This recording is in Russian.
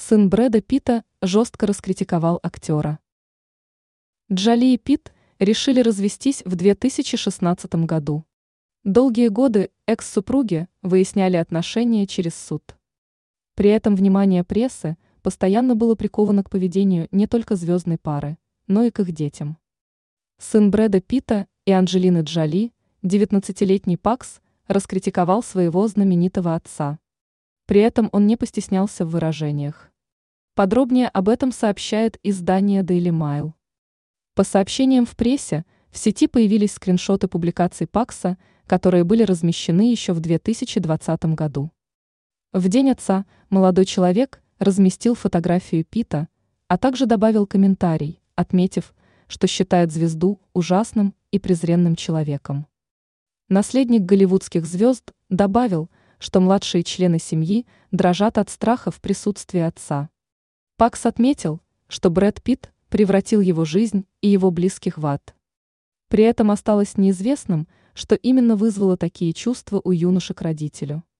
Сын Брэда Питта жестко раскритиковал актера. Джоли и Питт решили развестись в 2016 году. Долгие годы экс-супруги выясняли отношения через суд. При этом внимание прессы постоянно было приковано к поведению не только звездной пары, но и к их детям. Сын Брэда Питта и Анджелины Джоли, 19-летний Пакс, раскритиковал своего знаменитого отца. При этом он не постеснялся в выражениях. Подробнее об этом сообщает издание Daily Mail. По сообщениям в прессе, в сети появились скриншоты публикаций Пакса, которые были размещены еще в 2020 году. В День отца молодой человек разместил фотографию Питта, а также добавил комментарий, отметив, что считает звезду ужасным и презренным человеком. Наследник голливудских звезд добавил, что младшие члены семьи дрожат от страха в присутствии отца. Пакс отметил, что Брэд Питт превратил его жизнь и его близких в ад. При этом осталось неизвестным, что именно вызвало такие чувства у юноши к родителю.